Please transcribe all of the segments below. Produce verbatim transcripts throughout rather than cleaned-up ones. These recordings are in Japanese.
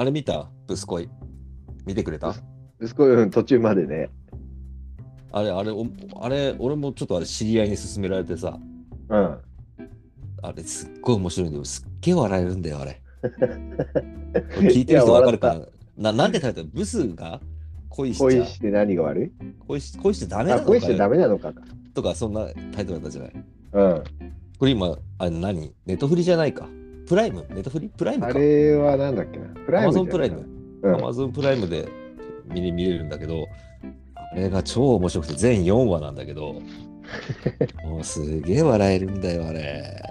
あれ見たブス恋。見てくれた？ 息子、うん、途中までね。 あれ、あれ、おあれ、俺もちょっとあれ知り合いに勧められてさ、 うん。 あれすっごい面白いんだよ。すっげえ笑えるんだよ、あれ。これ聞いいや、 てる人わ笑った。 かるかな。な、なんでタイトルブスが恋しちゃ、 恋して何が悪い？ 恋し、恋してダメあ、 なのかよ恋してダメなのかか。 とか、そんなタイトルだったじゃない。 うん。 これ今、あれ何ネットフリじゃないか。プライムネットフリプライムあか。 れはなんだっけな。プアマライムゾンプライム。 じゃないかな。うん。 アマゾンプライムで見れ見れるんだけど、あれが超面白くて全よんわなんだけど、もうすげえ笑えるんだよ、あれ。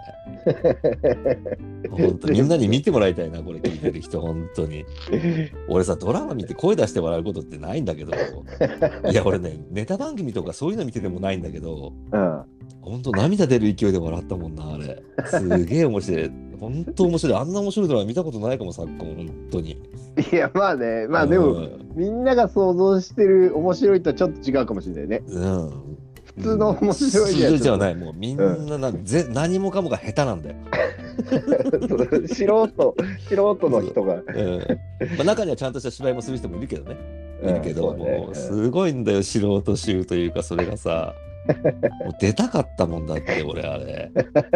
本当みんなに見てもらいたいな、これ聞いてる人、本当に。俺さ、ドラマ見て声出して笑うことってないんだけど、いや、俺ね、ネタ番組とかそういうの見ててもないんだけど、 うん。 本当涙出る勢いで笑ったもんな、あれ。すげえ面白い。本当面白い。あんな面白いドラマ見たことないかも、昨今、本当に。 いや、まあね、まあでも、 うん。 みんなが想像してる面白いとはちょっと違うかもしれないね。 うん。 普通の面白いにはちょっと、 通じゃない。もうみうん。 んななぜ何もかもが下手なんだよ。 そう素人、素人のそう。 人が。 うん。まあ、中にはちゃんとした芝居もする人もいるけどね。いるうん、 けど、 そうね。 もうすごいんだよ、素人集というか、それがさ、もう出たかったもんだって、俺、あれ。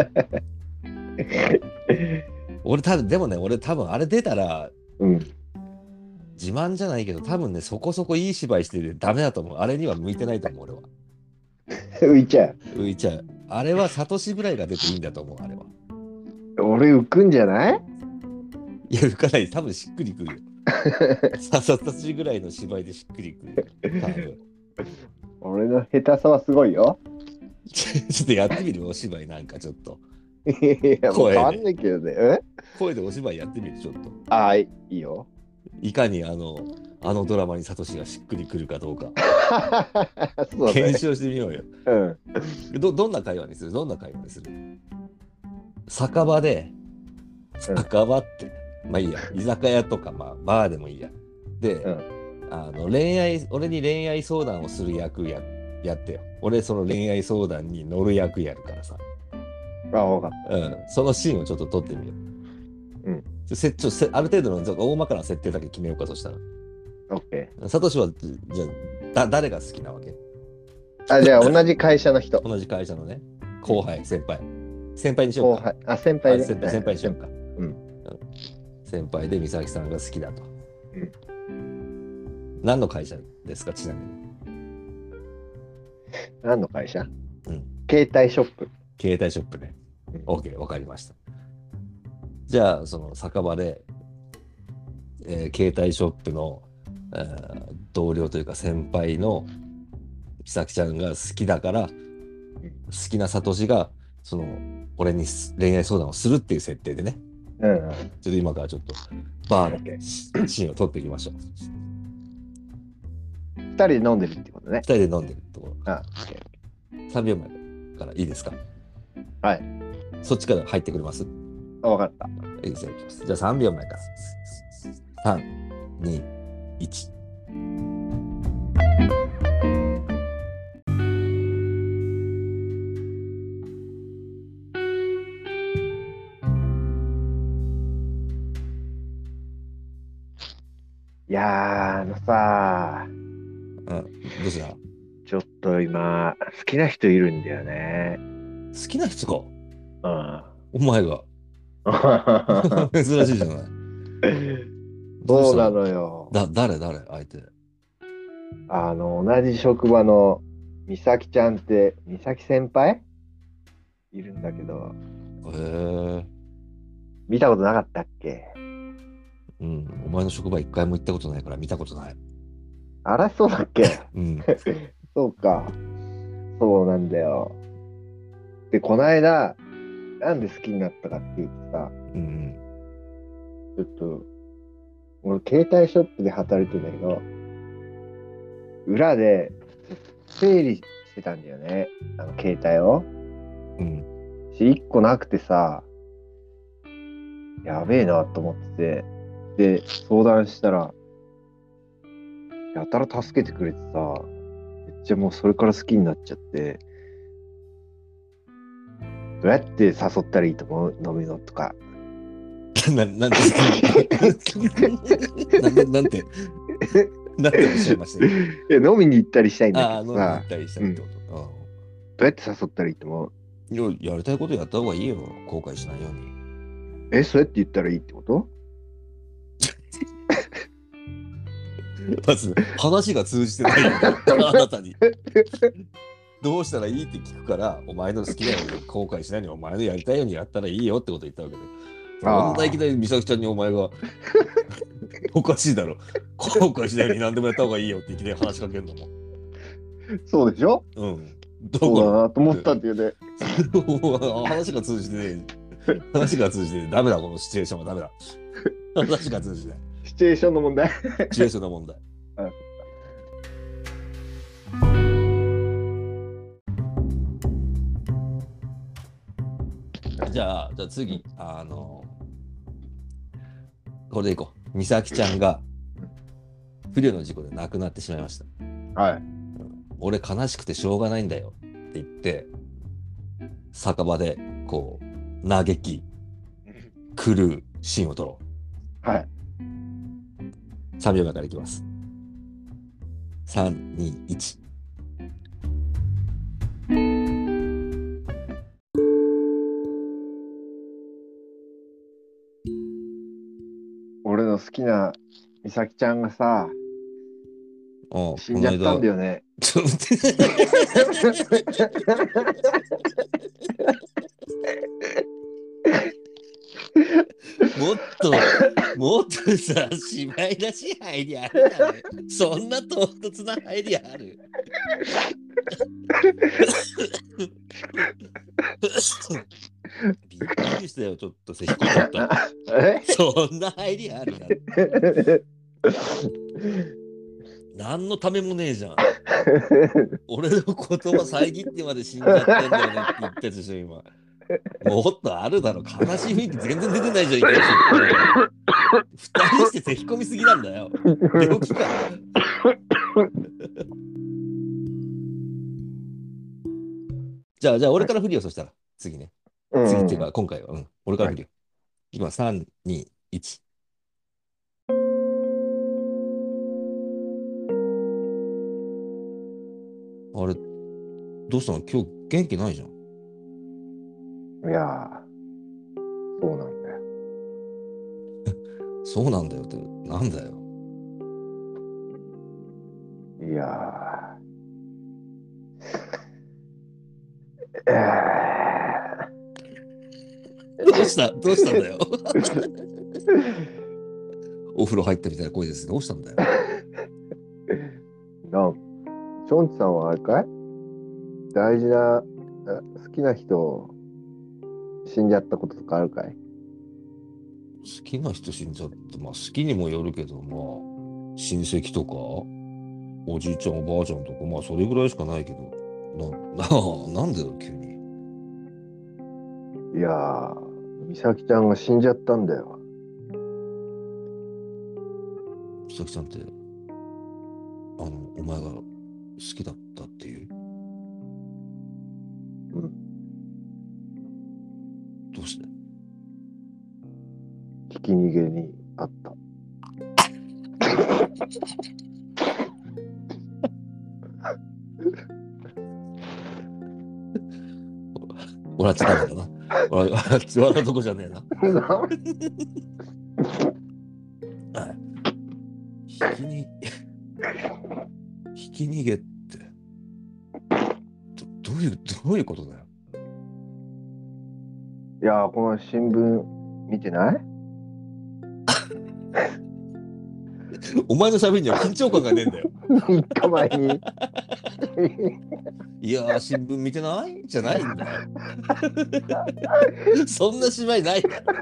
俺多分、でもね、俺多分あれ出たら、 うん。 自慢じゃないけど、多分ね、そこそこいい芝居しててダメだと思う。あれには向いてないと思う、俺は。 浮いちゃ浮いちゃう。あれはサトシぐらいが出ていいんだと思う、あれは。 う。俺浮くんじゃない？ いや、浮かない。多分しっくりくるよ。さサトシぐらいの芝居でしっくりくるよ。多分。 俺の下手さはすごいよ。 ちょっとやってみるお芝居なんかちょっと。 いや、もう変わん声で。 ないけどね。え声でお芝居やってみる、ちょっと。 ああ、いいよ。 いかにあの、あのドラマにサトシがしっくりくるかどうか。 そうね。 検証してみようよ。 うん。 ど、どんな会話にするどんな会話にする酒場で、 うん酒場って、まあいいや、居酒屋とか、まあ、バーでもいいや。で、 うん。 あの恋愛、俺に恋愛相談をする役や、やってよ。俺、その恋愛相談に乗る役やるからさ。 あ、わかっうん、そのシーンをちょっと撮ってみよう。 うん。 ちょせちょせある程度のちょっと大まかな設定だけ決めようか、そしたら。 た。オッケサトシは、じゃあ、だ、誰が好きなわけ？ ー。あ、じゃあ同じ会社の人。 同じ会社のね、後輩、先輩。先輩にしようか。 後輩。あ、先輩ね。 あ先輩、先輩にしようか。 うん。 うん先輩で美咲さんが好きだと。 うん。 何の会社ですか、ちなみに。 何の会社？ うん。 携帯ショップ。 携帯ショップね。 うん OK、わかりました。じゃあ、その酒場で、えー携帯ショップの、えー同僚というか先輩の美咲ちゃんが好きだから、好きなサトシが、その、俺に恋愛相談をするっていう設定でね。 うんうん。 ちょっと今からちょっとバー OK のシーンを撮っていきましょう。 二人で飲んでるってことね二。人で飲んでるところ。 あ、 さんびょうまえからいいですか？ はい。 そっちから入ってくれます？ あ、わかった。 いいですよ、いきます。じゃあさんびょうまえから。さん、に、いち。 いやー、あのさうん。どうした？好ちょっと今、好きな人いるんだよね。 きな人か？ うん。 お前が。珍しいじゃない。どうしたの？ そうなのよ。 だ、誰誰相手。へあの、同じ職場の美咲ちゃんって、美咲先輩いるんだけど、 え。 見たことなかったっけ？ うん。お前の職場一回も行ったことないから見たことない。 あら、そうだっけ？ うん。 そうか。そうなんだよ。で、この間、なんで好きになったかっていうとさ、 うんちょっと、俺、携帯ショップで働いてんだけど、裏で整理してたんだよね。あの、携帯を。 うん。 し、一個なくてさ、やべえなと思ってて、で、相談したら、やたら助けてくれてさ、めっちゃもうそれから好きになっちゃって、どうやって誘ったらいいと思う？飲みのとか。 な、なんて、なんで、なんて、なんておっしゃいましたえ飲みに行ったりしたいんだああ、飲みに行けどさ、 ったりしたうん、 いってこと。 どうやって誘ったらいいと思う？ いや、やりたいことやった方がいいよ。後悔しないように。 え、そうやって言ったらいいってこと？ まず、話が通じてないよね。あなたに。どうしたらいいって聞くから、お前の好きなように後悔しないように、お前のやりたいようにやったらいいよってこと言ったわけで。そんないきなり美咲ちゃんにお前がおかしいだろ。後悔しないように何でもやった方がいいよっていきなり話しかけるのも。 そうでしょ？ うん。 そうだなと思ったんっていうね。 話が通じてねえ。話が通じてねえ。ダメだ、このシチュエーションはダメだ。話が通じてない。 シチュエーションの問題。 シチュエーションの問題。 あじゃあ、じゃあ次、あの、これでいこう。美咲ちゃんが不慮の事故で亡くなってしまいました。 はい。 俺悲しくてしょうがないんだよって言って、酒場でこう、嘆き、狂うシーンを撮ろう。はい。 う。さんびょうめからいきます。さん、に、いち。 俺の好きな美咲ちゃんがさ、 ああ、 死んじゃったんだよね。 ちょっと待ってもっと、もっとさ、芝居らしい入りあるだろ。そんな唐突な入りあるびっくりしたよ、ちょっと咳込んじゃった。 えそんな入りあるだ何のためもねえじゃん。俺の言葉遮ってまで死んじゃってんだよねって言ったでしょ、今。もっとあるだろ。悲しい雰囲気全然出てないじゃん、いきなり二人して咳込みすぎなんだよ。病気か。じゃあ、じゃあ俺から振りよ、そしたら。次ね。次っていうか、今回は。うん。俺から振りよ。いきます。さん、に、いち。あれ、どうしたの？今日元気ないじゃん。 いやー、そうなんだよ。 そうなんだよって、なんだよ。 いやー。えどうしたどうしたんだよ。お風呂入ったみたいな声です。どうしたんだよ。 なん、チョンチさんはあれかい？大事な、あ好きな人死んじゃったこととかあるかい？ 好きな人死んじゃって、まあ好きにもよるけど、まあ親戚とか、おじいちゃんおばあちゃんとか、まあそれぐらいしかないけど、な、な、なんだよ、急に。 いやー、美咲ちゃんが死んじゃったんだよ。 美咲ちゃんって、あの、お前が好きだったっていう。 うん。 どうして？ ひき逃げにあった。 笑っちゃダメだな。笑笑笑うとこじゃねえな。ひきに、ひき逃げってど、どういう、どういうことだよ。 いやー、この新聞見てない？ お前の喋りには緊張感がねえんだよ。 みっかまえに。 いやー、新聞見てないじゃないんだよ。そんな芝居ないだろ。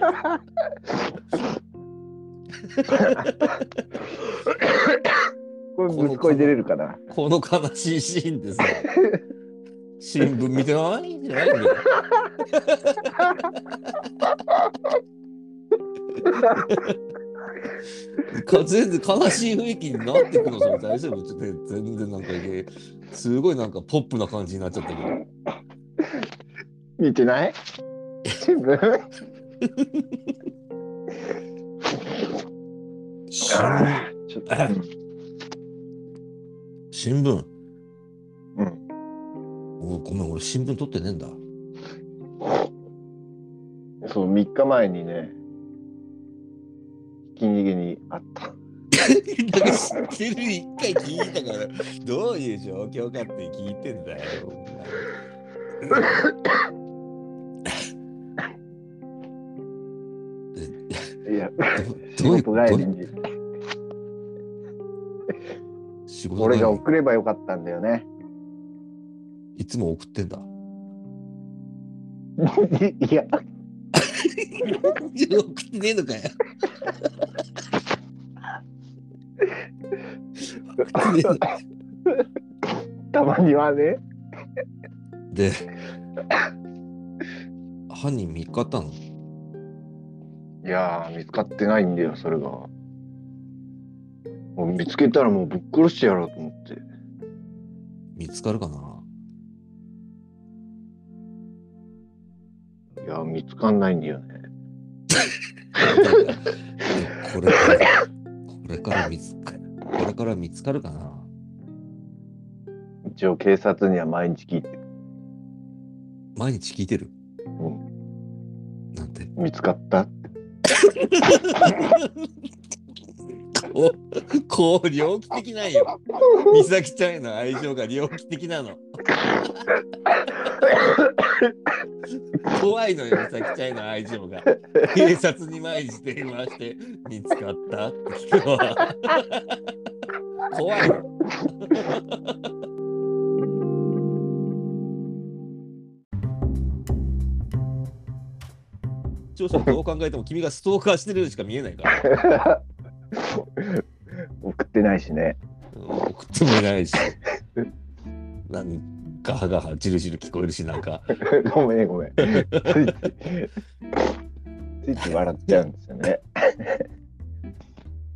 これぶっこい出れるかな？ この悲しいシーンでさ、新聞見てないじゃないんだよ。か全然悲しい雰囲気になってくの、それ大丈夫？ちょっと全然なんかすごいなんかポップな感じになっちゃったけど。 見てない？新聞新聞ちょっと、 新聞うん。 おごめん、俺新聞取ってねえんだ。 そう、みっかまえにね、ひき逃げにあった。 なんか知ってる、一回聞いたから、どういう状況かって聞いてんだよ。 いや、 どどういう仕事帰りに。 仕事俺が送ればよかったんだよね。 いつも送ってんだ。 いや、 送ってねえのかよ。 たまにはね。 で、犯人見つかったの？ いやー、見つかってないんだよ、それが。もう見つけたらもうぶっ殺してやろうと思って。 見つかるかな？ いやー、見つかんないんだよね。 これからこれから見つかるこれから見つかるかな？ 一応警察には毎日聞いてる。 毎日聞いてる？ うん。 なんて？ 見つかったって。 こう、こう猟奇的なんよ。美咲ちゃんへの愛情が猟奇的なの。怖いのよ、美咲ちゃんへの愛情が。警察に毎日電話して見つかったって聞くのは怖いの。どう考えても君がストーカーしてるようにしか見えないから。 送ってないしね。 送ってもいないし。なんガハガハジルジル聞こえるし、なんか。 ごめんごめん。ついついつい笑っちゃうんですよね。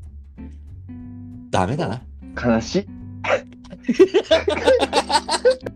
ダメだな。 悲しい。